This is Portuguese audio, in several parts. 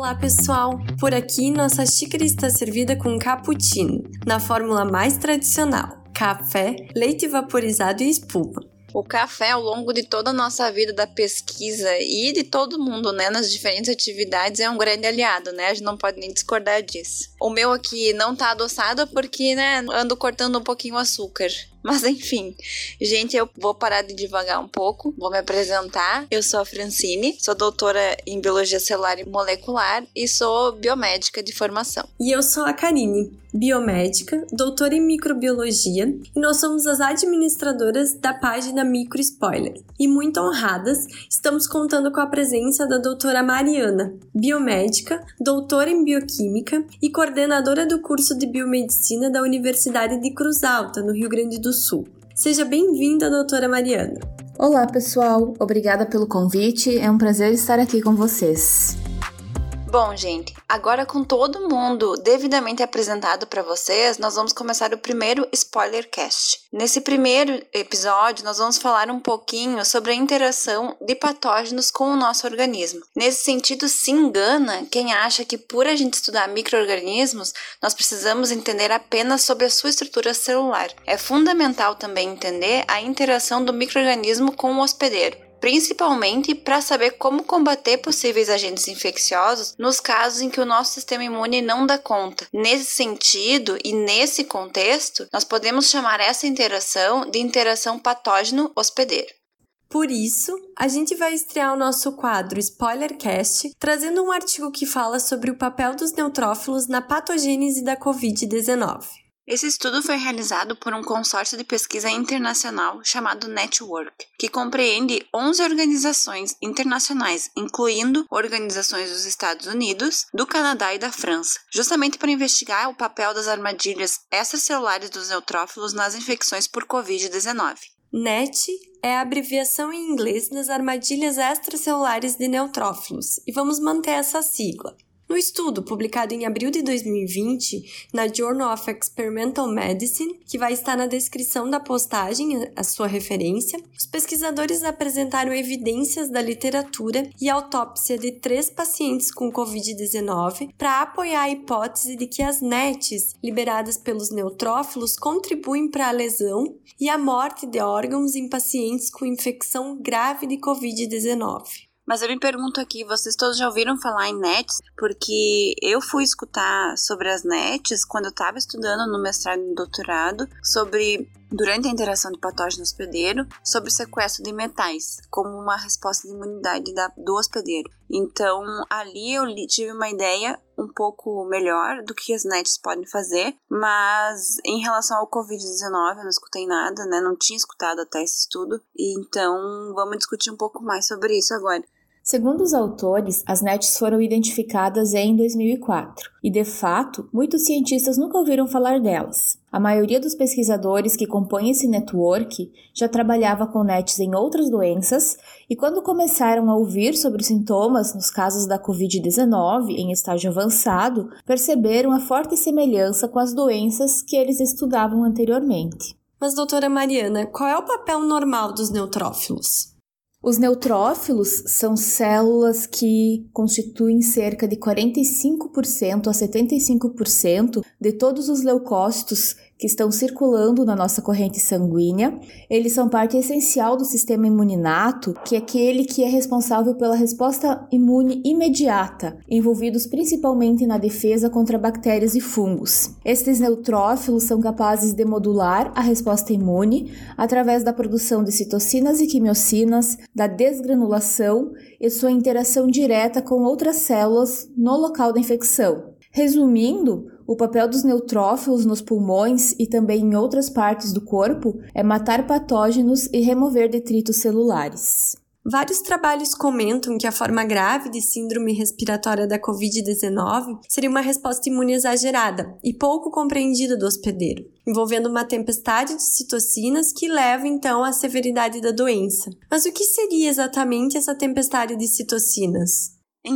Olá pessoal! Por aqui nossa xícara está servida com cappuccino, na fórmula mais tradicional: café, leite vaporizado e espuma. O café, ao longo de toda a nossa vida da pesquisa e de todo mundo, né, nas diferentes atividades, é um grande aliado, né? A gente não pode nem discordar disso. O meu aqui não tá adoçado porque, né, ando cortando um pouquinho o açúcar. Mas enfim, gente, eu vou parar de divagar um pouco, vou me apresentar. Eu sou a Francine, sou doutora em Biologia Celular e Molecular e sou biomédica de formação. E eu sou a Karine, biomédica, doutora em microbiologia, e nós somos as administradoras da página Micro Spoiler. E muito honradas, estamos contando com a presença da doutora Mariana, biomédica, doutora em bioquímica e coordenadora do curso de biomedicina da Universidade de Cruz Alta, no Rio Grande do Sul. Seja bem-vinda, doutora Mariana. Olá, pessoal. Obrigada pelo convite. É um prazer estar aqui com vocês. Bom, gente, agora com todo mundo devidamente apresentado para vocês, nós vamos começar o primeiro Spoilercast. Nesse primeiro episódio, nós vamos falar um pouquinho sobre a interação de patógenos com o nosso organismo. Nesse sentido, se engana quem acha que por a gente estudar micro-organismos, nós precisamos entender apenas sobre a sua estrutura celular. É fundamental também entender a interação do micro-organismo com o hospedeiro, principalmente para saber como combater possíveis agentes infecciosos nos casos em que o nosso sistema imune não dá conta. Nesse sentido e nesse contexto, nós podemos chamar essa interação de interação patógeno-hospedeiro. Por isso, a gente vai estrear o nosso quadro Spoilercast, trazendo um artigo que fala sobre o papel dos neutrófilos na patogênese da Covid-19. Esse estudo foi realizado por um consórcio de pesquisa internacional chamado Network, que compreende 11 organizações internacionais, incluindo organizações dos Estados Unidos, do Canadá e da França, justamente para investigar o papel das armadilhas extracelulares dos neutrófilos nas infecções por Covid-19. NET é a abreviação em inglês das armadilhas extracelulares de neutrófilos, e vamos manter essa sigla. No estudo, publicado em abril de 2020, na Journal of Experimental Medicine, que vai estar na descrição da postagem, a sua referência, os pesquisadores apresentaram evidências da literatura e autópsia de 3 pacientes com Covid-19 para apoiar a hipótese de que as NETs liberadas pelos neutrófilos contribuem para a lesão e a morte de órgãos em pacientes com infecção grave de Covid-19. Mas eu me pergunto aqui, vocês todos já ouviram falar em NETs? Porque eu fui escutar sobre as NETs quando eu estava estudando no mestrado e no doutorado, durante a interação de patógeno hospedeiro, sobre o sequestro de metais, como uma resposta de imunidade do hospedeiro. Então, ali eu tive uma ideia um pouco melhor do que as NETs podem fazer, mas em relação ao Covid-19 eu não escutei nada, né? Não tinha escutado até esse estudo, então vamos discutir um pouco mais sobre isso agora. Segundo os autores, as NETs foram identificadas em 2004 e, de fato, muitos cientistas nunca ouviram falar delas. A maioria dos pesquisadores que compõem esse network já trabalhava com NETs em outras doenças e, quando começaram a ouvir sobre os sintomas nos casos da Covid-19 em estágio avançado, perceberam a forte semelhança com as doenças que eles estudavam anteriormente. Mas, doutora Mariana, qual é o papel normal dos neutrófilos? Os neutrófilos são células que constituem cerca de 45% a 75% de todos os leucócitos que estão circulando na nossa corrente sanguínea. Eles são parte essencial do sistema imuninato, que é aquele que é responsável pela resposta imune imediata, envolvidos principalmente na defesa contra bactérias e fungos. Estes neutrófilos são capazes de modular a resposta imune através da produção de citocinas e quimiocinas, da desgranulação e sua interação direta com outras células no local da infecção. Resumindo, o papel dos neutrófilos nos pulmões e também em outras partes do corpo é matar patógenos e remover detritos celulares. Vários trabalhos comentam que a forma grave de síndrome respiratória da Covid-19 seria uma resposta imune exagerada e pouco compreendida do hospedeiro, envolvendo uma tempestade de citocinas que leva então à severidade da doença. Mas o que seria exatamente essa tempestade de citocinas? Então,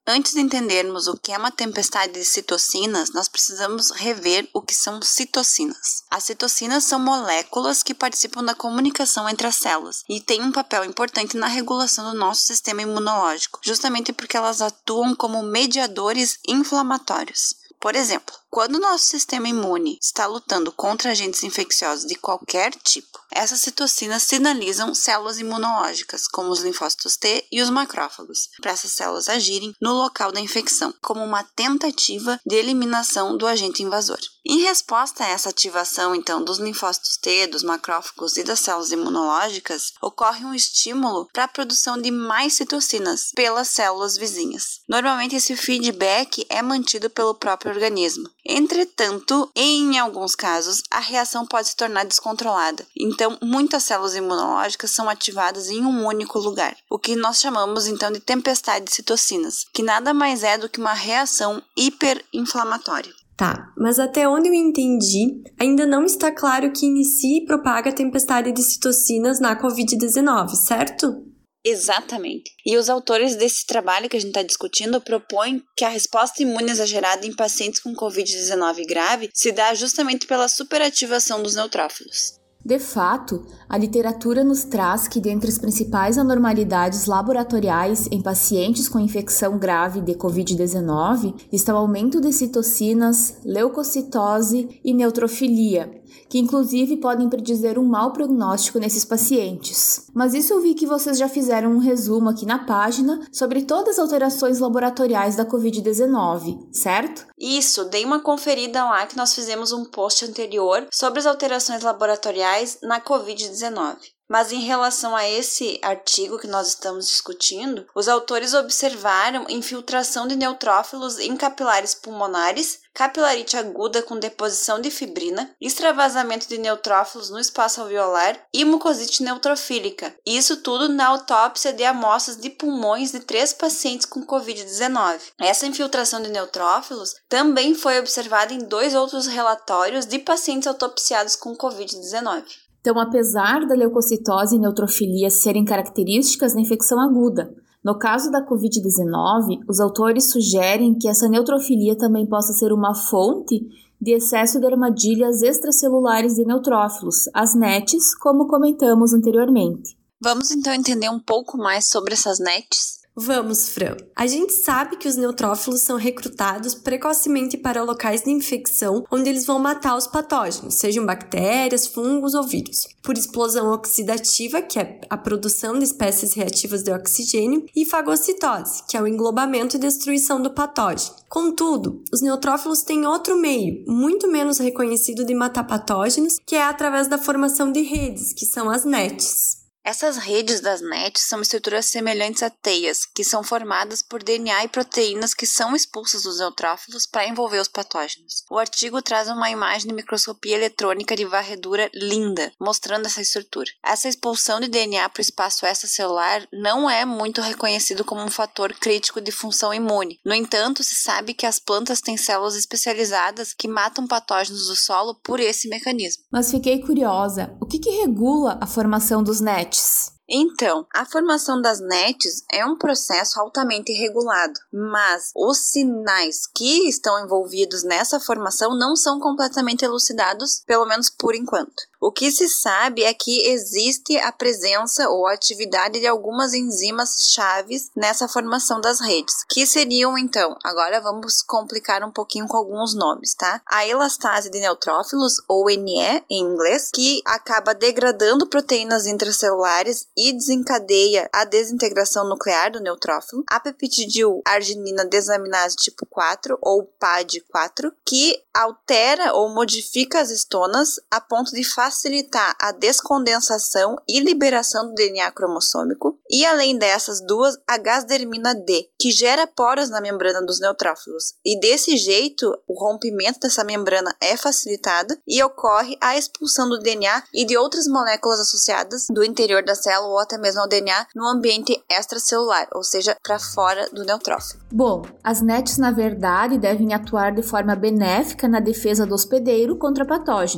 Antes de entendermos o que é uma tempestade de citocinas, nós precisamos rever o que são citocinas. As citocinas são moléculas que participam da comunicação entre as células e têm um papel importante na regulação do nosso sistema imunológico, justamente porque elas atuam como mediadores inflamatórios. Por exemplo, quando o nosso sistema imune está lutando contra agentes infecciosos de qualquer tipo, essas citocinas sinalizam células imunológicas, como os linfócitos T e os macrófagos, para essas células agirem no local da infecção, como uma tentativa de eliminação do agente invasor. Em resposta a essa ativação, então, dos linfócitos T, dos macrófagos e das células imunológicas, ocorre um estímulo para a produção de mais citocinas pelas células vizinhas. Normalmente, esse feedback é mantido pelo próprio organismo. Entretanto, em alguns casos, a reação pode se tornar descontrolada. Então, muitas células imunológicas são ativadas em um único lugar, o que nós chamamos então de tempestade de citocinas, que nada mais é do que uma reação hiperinflamatória. Tá, mas até onde eu entendi, ainda não está claro que inicia e propaga a tempestade de citocinas na Covid-19, certo? Exatamente. E os autores desse trabalho que a gente está discutindo propõem que a resposta imune exagerada em pacientes com Covid-19 grave se dá justamente pela superativação dos neutrófilos. De fato, a literatura nos traz que dentre as principais anormalidades laboratoriais em pacientes com infecção grave de Covid-19 está o aumento de citocinas, leucocitose e neutrofilia, que inclusive podem predizer um mau prognóstico nesses pacientes. Mas isso eu vi que vocês já fizeram um resumo aqui na página sobre todas as alterações laboratoriais da Covid-19, certo? Isso, dei uma conferida lá que nós fizemos um post anterior sobre as alterações laboratoriais na Covid-19. Mas em relação a esse artigo que nós estamos discutindo, os autores observaram infiltração de neutrófilos em capilares pulmonares, capilarite aguda com deposição de fibrina, extravasamento de neutrófilos no espaço alveolar e mucosite neutrofílica. Isso tudo na autópsia de amostras de pulmões de 3 pacientes com Covid-19. Essa infiltração de neutrófilos também foi observada em 2 outros relatórios de pacientes autopsiados com Covid-19. Então, apesar da leucocitose e neutrofilia serem características da infecção aguda, no caso da Covid-19, os autores sugerem que essa neutrofilia também possa ser uma fonte de excesso de armadilhas extracelulares de neutrófilos, as NETs, como comentamos anteriormente. Vamos então entender um pouco mais sobre essas NETs? Vamos, Fran. A gente sabe que os neutrófilos são recrutados precocemente para locais de infecção onde eles vão matar os patógenos, sejam bactérias, fungos ou vírus, por explosão oxidativa, que é a produção de espécies reativas de oxigênio, e fagocitose, que é o englobamento e destruição do patógeno. Contudo, os neutrófilos têm outro meio, muito menos reconhecido de matar patógenos, que é através da formação de redes, que são as NETs. Essas redes das NETs são estruturas semelhantes a teias, que são formadas por DNA e proteínas que são expulsas dos neutrófilos para envolver os patógenos. O artigo traz uma imagem de microscopia eletrônica de varredura linda, mostrando essa estrutura. Essa expulsão de DNA para o espaço extracelular não é muito reconhecido como um fator crítico de função imune. No entanto, se sabe que as plantas têm células especializadas que matam patógenos do solo por esse mecanismo. Mas fiquei curiosa, o que regula a formação dos NETs? Então, a formação das NETs é um processo altamente regulado, mas os sinais que estão envolvidos nessa formação não são completamente elucidados, pelo menos por enquanto. O que se sabe é que existe a presença ou a atividade de algumas enzimas chaves nessa formação das redes, que seriam, então, agora vamos complicar um pouquinho com alguns nomes, tá? A elastase de neutrófilos, ou NE em inglês, que acaba degradando proteínas intracelulares e desencadeia a desintegração nuclear do neutrófilo. A peptidil arginina desaminase tipo 4, ou PAD4, que altera ou modifica as histonas a ponto de facilitar a descondensação e liberação do DNA cromossômico, e além dessas duas, a gasdermina D, que gera poros na membrana dos neutrófilos, e desse jeito o rompimento dessa membrana é facilitado e ocorre a expulsão do DNA e de outras moléculas associadas do interior da célula ou até mesmo ao DNA no ambiente extracelular, ou seja, para fora do neutrófilo. Bom, as NETs na verdade devem atuar de forma benéfica na defesa do hospedeiro contra patógenos,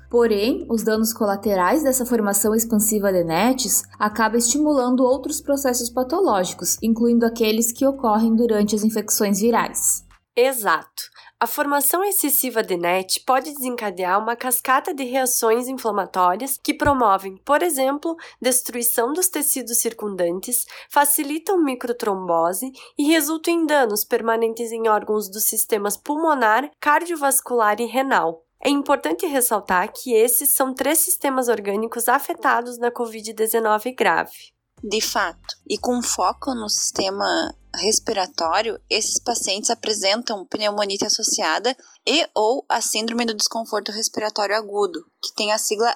Porém, os danos colaterais dessa formação expansiva de NETs acabam estimulando outros processos patológicos, incluindo aqueles que ocorrem durante as infecções virais. Exato. A formação excessiva de NET pode desencadear uma cascata de reações inflamatórias que promovem, por exemplo, destruição dos tecidos circundantes, facilitam microtrombose e resultam em danos permanentes em órgãos dos sistemas pulmonar, cardiovascular e renal. É importante ressaltar que esses são 3 sistemas orgânicos afetados na COVID-19 grave. De fato, e com foco no sistema respiratório, esses pacientes apresentam pneumonite associada e ou a síndrome do desconforto respiratório agudo, que tem a sigla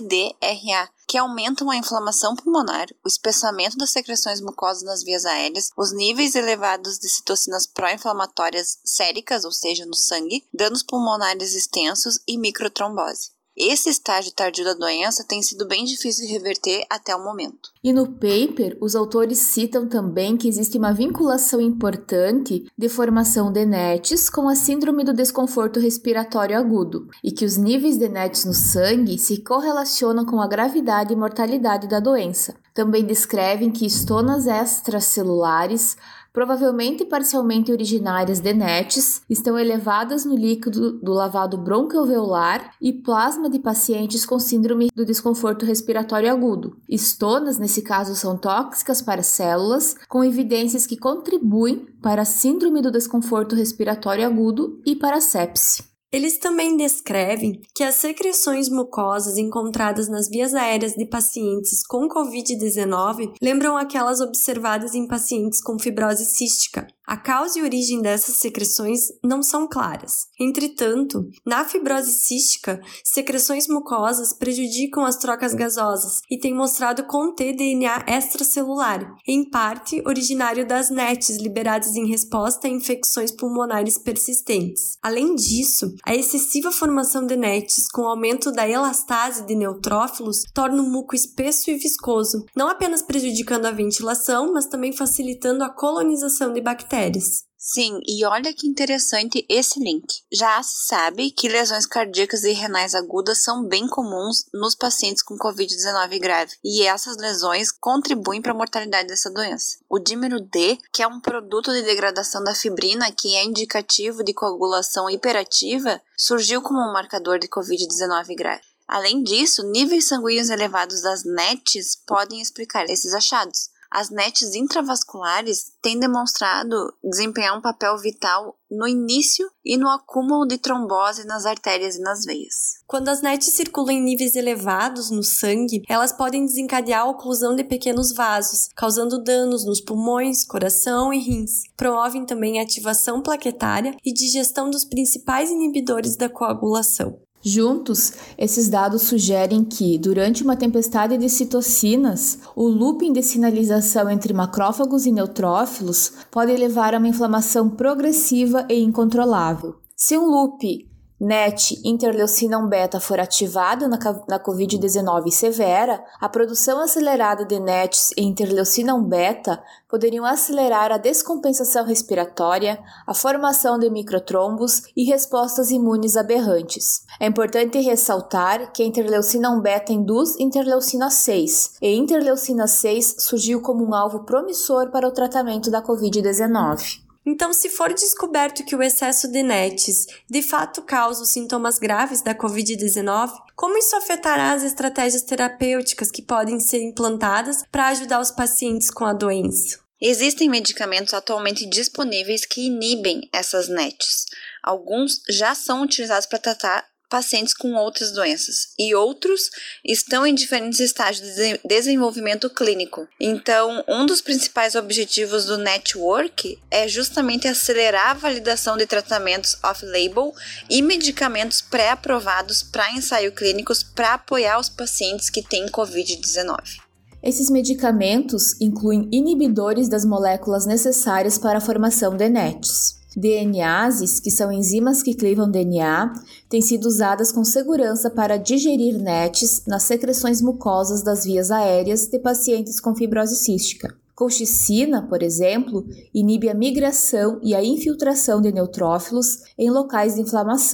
SDRA, que aumentam a inflamação pulmonar, o espessamento das secreções mucosas nas vias aéreas, os níveis elevados de citocinas pró-inflamatórias séricas, ou seja, no sangue, danos pulmonares extensos e microtrombose. Esse estágio tardio da doença tem sido bem difícil de reverter até o momento. E no paper, os autores citam também que existe uma vinculação importante de formação de NETs com a síndrome do desconforto respiratório agudo e que os níveis de NETs no sangue se correlacionam com a gravidade e mortalidade da doença. Também descrevem que estonas extracelulares, provavelmente parcialmente originárias de NETs, estão elevadas no líquido do lavado broncoalveolar e plasma de pacientes com síndrome do desconforto respiratório agudo. Estonas, nesse caso, são tóxicas para células, com evidências que contribuem para a síndrome do desconforto respiratório agudo e para a sepse. Eles também descrevem que as secreções mucosas encontradas nas vias aéreas de pacientes com COVID-19 lembram aquelas observadas em pacientes com fibrose cística. A causa e origem dessas secreções não são claras. Entretanto, na fibrose cística, secreções mucosas prejudicam as trocas gasosas e têm mostrado conter DNA extracelular, em parte originário das NETs liberadas em resposta a infecções pulmonares persistentes. Além disso, a excessiva formação de NETs com aumento da elastase de neutrófilos torna o muco espesso e viscoso, não apenas prejudicando a ventilação, mas também facilitando a colonização de bactérias. Sim, e olha que interessante esse link. Já se sabe que lesões cardíacas e renais agudas são bem comuns nos pacientes com COVID-19 grave, e essas lesões contribuem para a mortalidade dessa doença. O dímero D, que é um produto de degradação da fibrina que é indicativo de coagulação hiperativa, surgiu como um marcador de COVID-19 grave. Além disso, níveis sanguíneos elevados das NETs podem explicar esses achados. As NETs intravasculares têm demonstrado desempenhar um papel vital no início e no acúmulo de trombose nas artérias e nas veias. Quando as NETs circulam em níveis elevados no sangue, elas podem desencadear a oclusão de pequenos vasos, causando danos nos pulmões, coração e rins. Promovem também a ativação plaquetária e digestão dos principais inibidores da coagulação. Juntos, esses dados sugerem que, durante uma tempestade de citocinas, o looping de sinalização entre macrófagos e neutrófilos pode levar a uma inflamação progressiva e incontrolável. Se um loop NET interleucina 1 beta for ativado na COVID-19 severa, a produção acelerada de NETs e interleucina 1 beta poderiam acelerar a descompensação respiratória, a formação de microtrombos e respostas imunes aberrantes. É importante ressaltar que a interleucina 1 beta induz interleucina 6, e interleucina 6 surgiu como um alvo promissor para o tratamento da COVID-19. Então, se for descoberto que o excesso de NETs de fato causa os sintomas graves da COVID-19, como isso afetará as estratégias terapêuticas que podem ser implantadas para ajudar os pacientes com a doença? Existem medicamentos atualmente disponíveis que inibem essas NETs. Alguns já são utilizados para tratar pacientes com outras doenças, e outros estão em diferentes estágios de desenvolvimento clínico. Então, um dos principais objetivos do network é justamente acelerar a validação de tratamentos off-label e medicamentos pré-aprovados para ensaios clínicos para apoiar os pacientes que têm COVID-19. Esses medicamentos incluem inibidores das moléculas necessárias para a formação de NETs. DNases, que são enzimas que clivam DNA, têm sido usadas com segurança para digerir NETs nas secreções mucosas das vias aéreas de pacientes com fibrose cística. Colchicina, por exemplo, inibe a migração e a infiltração de neutrófilos em locais de inflamação.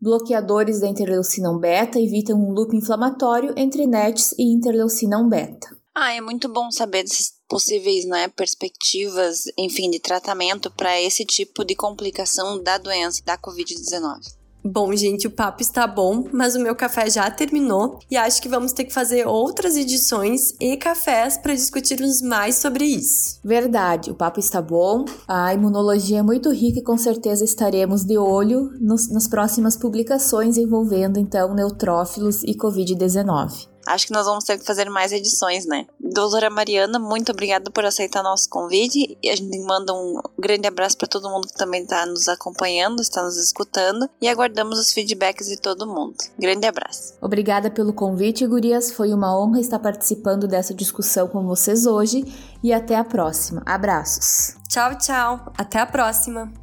Bloqueadores da interleucina beta evitam um loop inflamatório entre NETs e interleucina beta. É muito bom saber desses possíveis, perspectivas, enfim, de tratamento para esse tipo de complicação da doença, da Covid-19. Bom, gente, o papo está bom, mas o meu café já terminou e acho que vamos ter que fazer outras edições e cafés para discutirmos mais sobre isso. Verdade, o papo está bom, a imunologia é muito rica e com certeza estaremos de olho nas próximas publicações envolvendo, então, neutrófilos e Covid-19. Acho que nós vamos ter que fazer mais edições, né? Doutora Mariana, muito obrigada por aceitar nosso convite. E a gente manda um grande abraço para todo mundo que também está nos acompanhando, está nos escutando. E aguardamos os feedbacks de todo mundo. Grande abraço. Obrigada pelo convite, gurias. Foi uma honra estar participando dessa discussão com vocês hoje. E até a próxima. Abraços. Tchau, tchau. Até a próxima.